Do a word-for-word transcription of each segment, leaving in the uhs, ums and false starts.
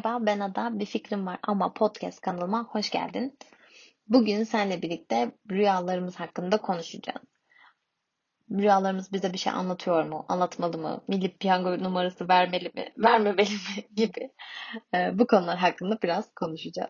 Merhaba, ben Ada. Bir fikrim var ama podcast kanalıma hoş geldin. Bugün seninle birlikte rüyalarımız hakkında konuşacağız. Rüyalarımız bize bir şey anlatıyor mu, anlatmalı mı, milli piyango numarası vermeli mi, vermemeli mi gibi e, bu konular hakkında biraz konuşacağız.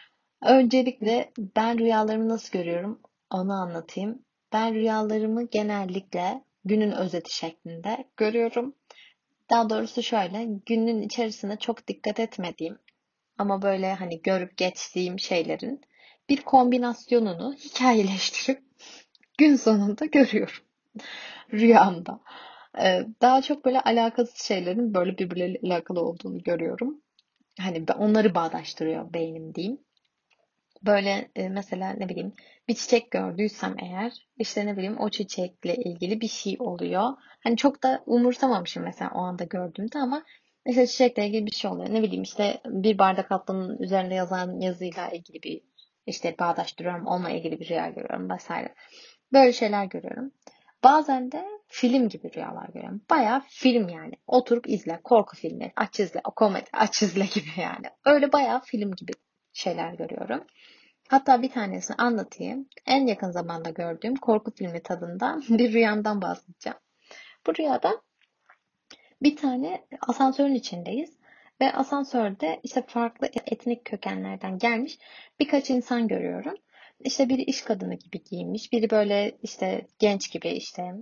Öncelikle ben rüyalarımı nasıl görüyorum onu anlatayım. Ben rüyalarımı genellikle günün özeti şeklinde görüyorum. Daha doğrusu şöyle, günün içerisinde çok dikkat etmediğim ama böyle hani görüp geçtiğim şeylerin bir kombinasyonunu hikayeleştirip gün sonunda görüyorum rüyamda. Ee, daha çok böyle alakasız şeylerin böyle birbirleriyle alakalı olduğunu görüyorum. Hani onları bağdaştırıyor beynim diyeyim. Böyle e, mesela ne bileyim bir çiçek gördüysem eğer işte ne bileyim o çiçekle ilgili bir şey oluyor. Hani çok da umursamamışım mesela o anda gördüğümde ama mesela çiçekle ilgili bir şey oluyor. Ne bileyim işte bir bardak altının üzerinde yazan yazıyla ilgili bir işte bağdaştırıyorum. Onunla ilgili bir rüya görüyorum vesaire. Böyle şeyler görüyorum. Bazen de film gibi rüyalar görüyorum. Bayağı film yani. Oturup izle. Korku filmi. Aç izle. O komedi. Aç izle gibi yani. Öyle bayağı film gibi şeyler görüyorum. Hatta bir tanesini anlatayım. En yakın zamanda gördüğüm korku filmi tadında bir rüyamdan bahsedeceğim. Bu rüyada bir tane asansörün içindeyiz. Ve asansörde işte farklı etnik kökenlerden gelmiş birkaç insan görüyorum. İşte biri iş kadını gibi giyinmiş, biri böyle işte genç gibi işte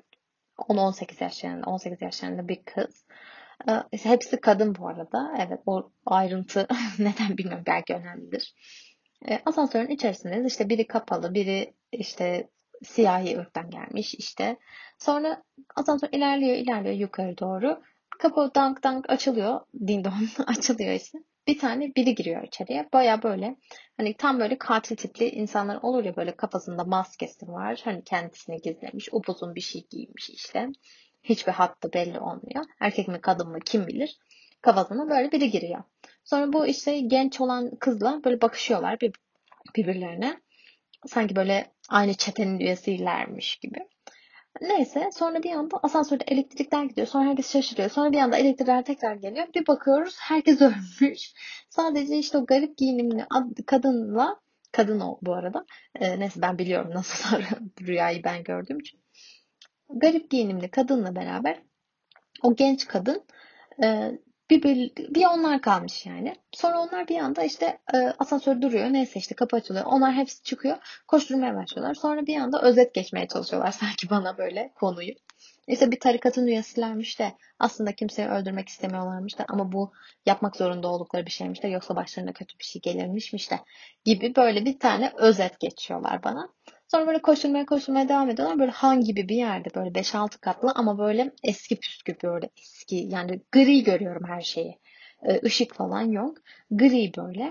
on on sekiz yaşlarında, on sekiz yaşlarında bir kız. Ee, işte hepsi kadın bu arada. Evet, o ayrıntı neden bilmiyorum, belki önemlidir. E, asansörün içerisindeyiz. İşte biri kapalı, biri işte siyahi ırktan gelmiş işte. Sonra asansör ilerliyor, ilerliyor yukarı doğru. Kapı dank dank açılıyor. Ding dong açılıyor işte. Bir tane biri giriyor içeriye. Baya böyle hani tam böyle katil tipli insanlar olur ya, böyle kafasında maskesi var. Hani kendisini gizlemiş. Upuzun bir şey giymiş işte. Hiçbir hattı belli olmuyor. Erkek mi kadın mı kim bilir. Kafasına böyle biri giriyor. Sonra bu işte genç olan kızla böyle bakışıyorlar bir, birbirlerine. Sanki böyle aynı çetenin üyesiylermiş gibi. Neyse sonra bir anda asansörde elektrikler gidiyor. Sonra herkes şaşırıyor. Sonra bir anda elektrikler tekrar geliyor. Bir bakıyoruz herkes ölmüş. Sadece işte o garip giyinimli kadınla, kadın o bu arada. Ee, neyse ben biliyorum nasıl rüyayı ben gördüğüm için. Garip giyinimli kadınla beraber o genç kadın e, bir, bir, bir onlar kalmış yani. Sonra onlar bir anda işte e, asansör duruyor. Neyse işte kapı açılıyor. Onlar hepsi çıkıyor. Koşturmaya başlıyorlar. Sonra bir anda özet geçmeye çalışıyorlar sanki bana böyle konuyu. İşte bir tarikatın üyesilermiş de aslında kimseyi öldürmek istemiyorlarmış da ama bu yapmak zorunda oldukları bir şeymiş de yoksa başlarına kötü bir şey gelirmişmiş de gibi böyle bir tane özet geçiyorlar bana. Sonra böyle koşturmaya koşturmaya devam ediyorlar. Böyle han gibi bir yerde böyle beş altı katlı ama böyle eski püskü, böyle eski yani gri görüyorum her şeyi. Ee, ışık falan yok. Gri böyle.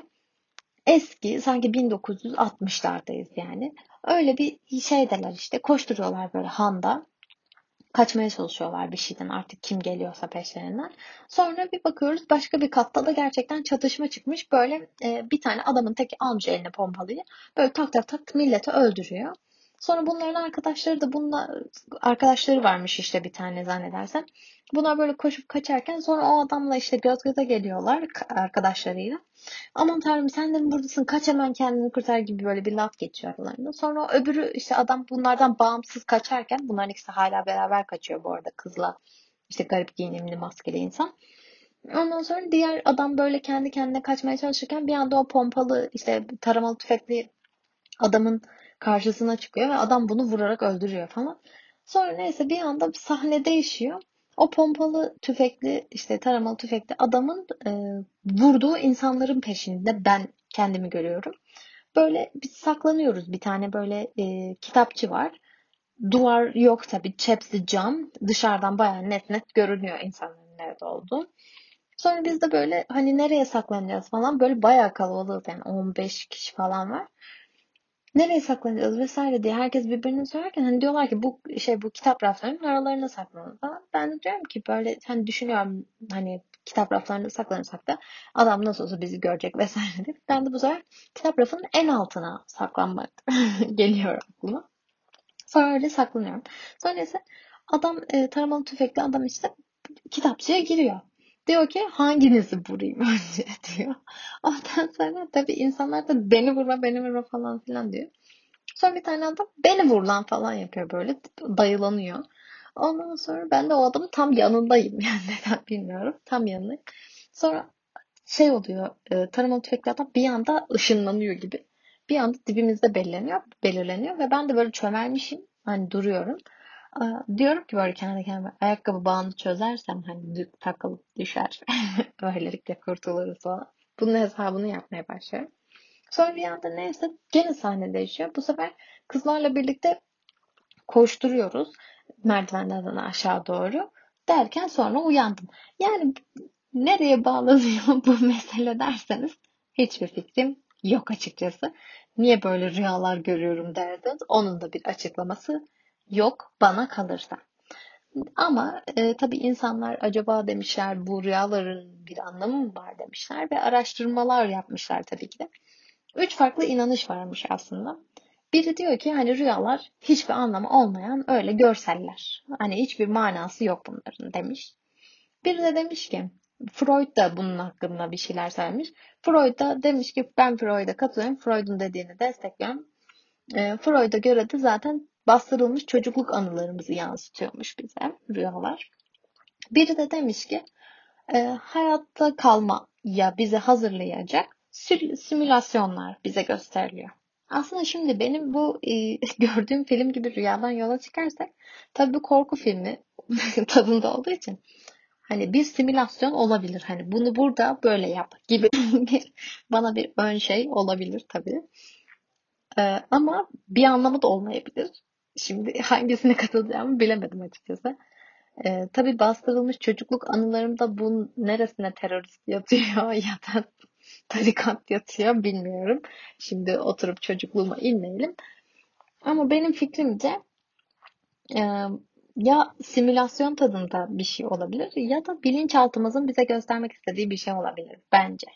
Eski sanki bin dokuz yüz altmışlardayız yani. Öyle bir şeydeler işte, koşturuyorlar böyle handa. Kaçmaya çalışıyorlar bir şeyden, artık kim geliyorsa peşlerinden. Sonra bir bakıyoruz başka bir katta da gerçekten çatışma çıkmış. Böyle e, bir tane adamın teki almış eline pompalıyı. Böyle tak tak tak milleti öldürüyor. Sonra bunların arkadaşları da bununla arkadaşları varmış işte bir tane zannedersem. Bunlar böyle koşup kaçarken sonra o adamla işte göz göze geliyorlar arkadaşlarıyla. Aman tanrım sen de mi buradasın? Kaç hemen kendini kurtar gibi böyle bir laf geçiyor aralarında. Sonra öbürü işte adam bunlardan bağımsız kaçarken, bunların ikisi hala beraber kaçıyor bu arada, kızla işte garip giyinimli maskeli insan. Ondan sonra diğer adam böyle kendi kendine kaçmaya çalışırken bir anda o pompalı işte taramalı tüfekli adamın karşısına çıkıyor ve adam bunu vurarak öldürüyor falan. Sonra neyse bir anda bir sahne değişiyor. O pompalı tüfekli işte taramalı tüfekli adamın e, vurduğu insanların peşinde ben kendimi görüyorum. Böyle biz saklanıyoruz, bir tane böyle e, kitapçı var. Duvar yok tabii, hepsi cam. Dışarıdan bayağı net net görünüyor insanların nerede olduğu. Sonra biz de böyle hani nereye saklanacağız falan, böyle bayağı kalabalığız yani on beş kişi falan var. Nereye saklanacağız vesaire diye herkes birbirine söylerken hani diyorlar ki bu şey bu kitap raflarının aralarına saklanın falan. Ben de diyorum ki böyle hani düşünüyorum hani kitap raflarında saklanırsak da adam nasıl olsa bizi görecek vesaire diye. Ben de bu sefer kitap rafının en altına saklanmak geliyor aklıma. Sonra öyle saklanıyorum. Sonra neyse adam e, taramalı tüfekli adam işte kitapçıya giriyor. Diyor ki hanginizi vurayım önce diyor. Ondan sonra tabii insanlar da beni vurma beni vurma falan filan diyor. Sonra bir tane adam beni vur lan falan yapıyor böyle. Dayılanıyor. Ondan sonra ben de o adamın tam yanındayım. Yani neden bilmiyorum. Tam yanındayım. Sonra şey oluyor. E, taramalı tüfekli adam bir anda ışınlanıyor gibi. Bir anda dibimizde belirleniyor, belirleniyor ve ben de böyle çömelmişim. Hani duruyorum. Aa, diyorum ki böyle kendi kendime ayakkabı bağını çözersem hani dü- takılıp düşer. Böylelikle kurtuluruz falan. Bunun hesabını yapmaya başlıyorum. Sonra bir anda neyse gene sahne değişiyor. Bu sefer kızlarla birlikte koşturuyoruz merdivenlerden aşağı doğru. Derken sonra uyandım. Yani nereye bağlanıyor bu mesele derseniz hiçbir fikrim yok açıkçası. Niye böyle rüyalar görüyorum derdiniz. Onun da bir açıklaması yok bana kalırsa. Ama e, tabii insanlar acaba demişler bu rüyaların bir anlamı mı var demişler ve araştırmalar yapmışlar tabii ki de. Üç farklı inanış varmış aslında. Biri diyor ki hani rüyalar hiçbir anlamı olmayan öyle görseller. Hani hiçbir manası yok bunların demiş. Biri de demiş ki Freud da bunun hakkında bir şeyler söylemiş. Freud da demiş ki ben Freud'a katılıyorum. Freud'un dediğini destekliyorum. E, Freud'a göre de zaten bastırılmış çocukluk anılarımızı yansıtıyormuş bize rüyalar. Biri de demiş ki e, hayatta kalmaya bizi hazırlayacak simülasyonlar bize gösteriliyor. Aslında şimdi benim bu e, gördüğüm film gibi rüyadan yola çıkarsak tabii bu korku filmi tadında olduğu için hani bir simülasyon olabilir. Hani bunu burada böyle yap gibi bir bana bir ön şey olabilir tabii. Ee, ama bir anlamı da olmayabilir. Şimdi hangisine katılacağımı bilemedim açıkçası. Ee, tabii bastırılmış çocukluk anılarımda bunun neresine terörist yatıyor ya da tarikat yatıyor bilmiyorum. Şimdi oturup çocukluğuma inmeyelim. Ama benim fikrimce e, ya simülasyon tadında bir şey olabilir ya da bilinçaltımızın bize göstermek istediği bir şey olabilir bence.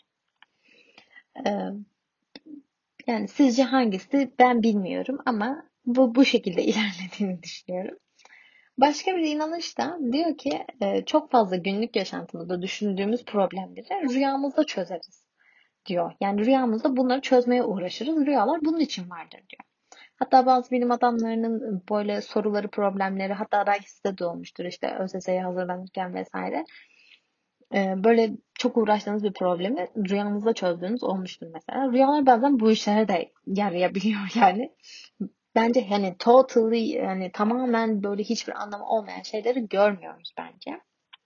Ee, Yani sizce hangisi ben bilmiyorum ama bu bu şekilde ilerlediğini düşünüyorum. Başka bir inanış da diyor ki e, çok fazla günlük yaşantımızda düşündüğümüz problemleri rüyamızda çözeriz diyor. Yani rüyamızda bunları çözmeye uğraşırız. Rüyalar bunun için vardır diyor. Hatta bazı bilim adamlarının böyle soruları, problemleri hatta belki size de olmuştur işte ÖSS'ye hazırlanırken vesaire. Ee, böyle çok uğraştığınız bir problemi rüyanızda çözdüğünüz olmuştur mesela. Rüyalar bazen bu işlere de yarayabiliyor yani. Bence hani totally yani tamamen böyle hiçbir anlamı olmayan şeyleri görmüyoruz bence.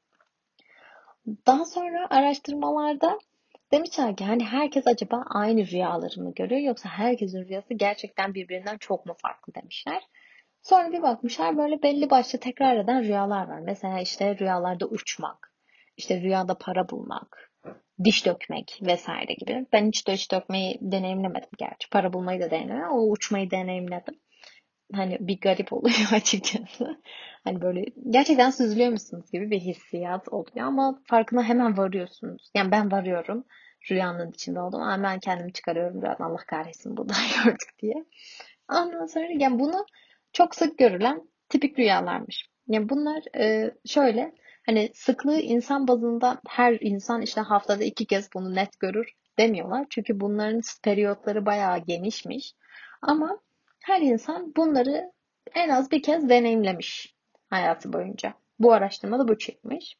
Daha sonra araştırmalarda demişler ki hani herkes acaba aynı rüyaları mı görüyor yoksa herkesin rüyası gerçekten birbirinden çok mu farklı demişler. Sonra bir bakmışlar böyle belli başlı tekrar eden rüyalar var. Mesela işte rüyalarda uçmak, işte rüyada para bulmak, diş dökmek vesaire gibi. Ben hiç diş dökmeyi deneyimlemedim gerçi. Para bulmayı da deneyimlemedim ama uçmayı deneyimledim. Hani bir garip oluyor açıkçası. Hani böyle gerçekten süzülüyor musunuz gibi bir hissiyat oluyor ama farkına hemen varıyorsunuz. Yani ben varıyorum. Rüyanın içinde oldum ama ben kendimi çıkarıyorum rüyadan Allah kahretsin bu da gördük diye. Ondan sonra yani bunu çok sık görülen tipik rüyalarmış. Yani bunlar e, şöyle hani sıklığı insan bazında her insan işte haftada iki kez bunu net görür demiyorlar. Çünkü bunların periyotları bayağı genişmiş. Ama her insan bunları en az bir kez deneyimlemiş hayatı boyunca. Bu araştırmada bu çıkmış.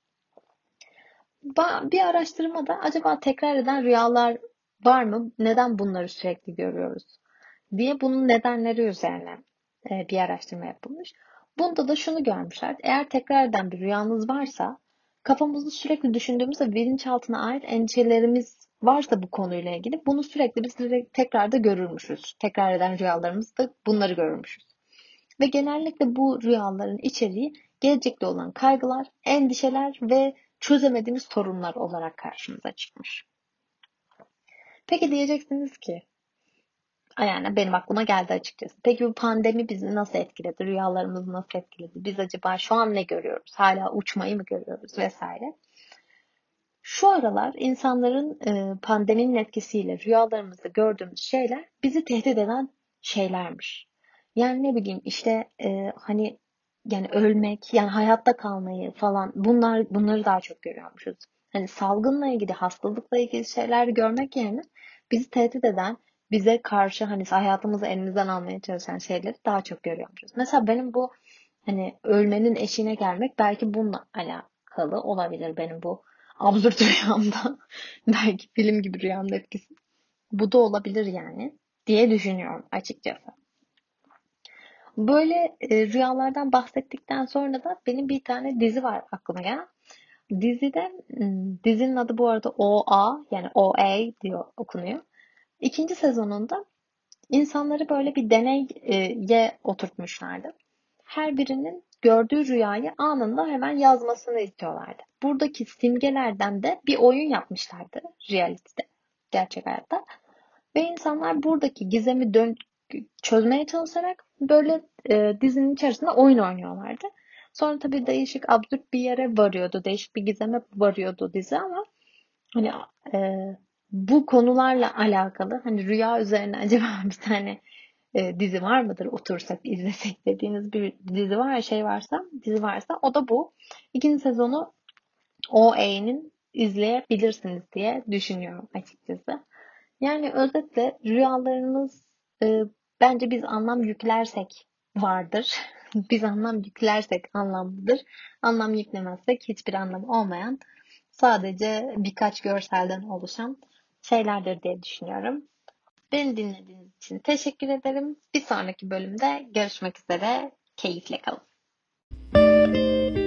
Bir araştırmada acaba tekrar eden rüyalar var mı? Neden bunları sürekli görüyoruz? Diye bunun nedenleri üzerine e, bir araştırma yapılmış. Bunda da şunu görmüşler. Eğer tekrar eden bir rüyanız varsa kafamızda sürekli düşündüğümüz ve bilinçaltına ait endişelerimiz varsa bu konuyla ilgili bunu sürekli biz tekrar da görürmüşüz. Tekrar eden rüyalarımızda bunları görürmüşüz. Ve genellikle bu rüyaların içeriği gelecekte olan kaygılar, endişeler ve çözemediğimiz sorunlar olarak karşımıza çıkmış. Peki diyeceksiniz ki yani benim aklıma geldi açıkçası. Peki bu pandemi bizi nasıl etkiledi? Rüyalarımızı nasıl etkiledi? Biz acaba şu an ne görüyoruz? Hala uçmayı mı görüyoruz vesaire? Şu aralar insanların e, pandeminin etkisiyle rüyalarımızda gördüğümüz şeyler bizi tehdit eden şeylermiş. Yani ne bileyim işte e, hani yani ölmek, yani hayatta kalmayı falan bunlar bunları daha çok görüyormuşuz. hani salgınla ilgili, hastalıkla ilgili şeyler görmek yerine bizi tehdit eden, bize karşı hani hayatımızı elimizden almaya çalışan şeyleri daha çok görüyormuşuz. Mesela benim bu hani ölmenin eşiğine gelmek belki bununla alakalı olabilir, benim bu absürt rüyamda. Belki film gibi rüyamda etkisi. Bu da olabilir yani diye düşünüyorum açıkçası. Böyle e, rüyalardan bahsettikten sonra da benim bir tane dizi var aklıma gelen. Dizide, hmm, dizinin adı bu arada O A, yani O A diyor okunuyor. İkinci sezonunda insanları böyle bir deneye oturtmuşlardı. Her birinin gördüğü rüyayı anında hemen yazmasını istiyorlardı. Buradaki simgelerden de bir oyun yapmışlardı reality'de, gerçek hayatta. Ve insanlar buradaki gizemi dön çözmeye çalışarak böyle e, dizinin içerisinde oyun oynuyorlardı. Sonra tabii değişik absürt bir yere varıyordu. Değişik bir gizeme varıyordu dizi ama hani e, bu konularla alakalı hani rüya üzerine acaba bir tane e, dizi var mıdır otursak izlesek dediğiniz bir dizi var, şey varsa, dizi varsa o da bu. İkinci sezonu O A'nin izleyebilirsiniz diye düşünüyorum açıkçası. Yani özetle rüyalarımız, e, bence biz anlam yüklersek vardır. Biz anlam yüklersek anlamlıdır. Anlam yüklemezsek hiçbir anlamı olmayan, sadece birkaç görselden oluşan şeylerdir diye düşünüyorum. Beni dinlediğiniz için teşekkür ederim. Bir sonraki bölümde görüşmek üzere. Keyifle kalın.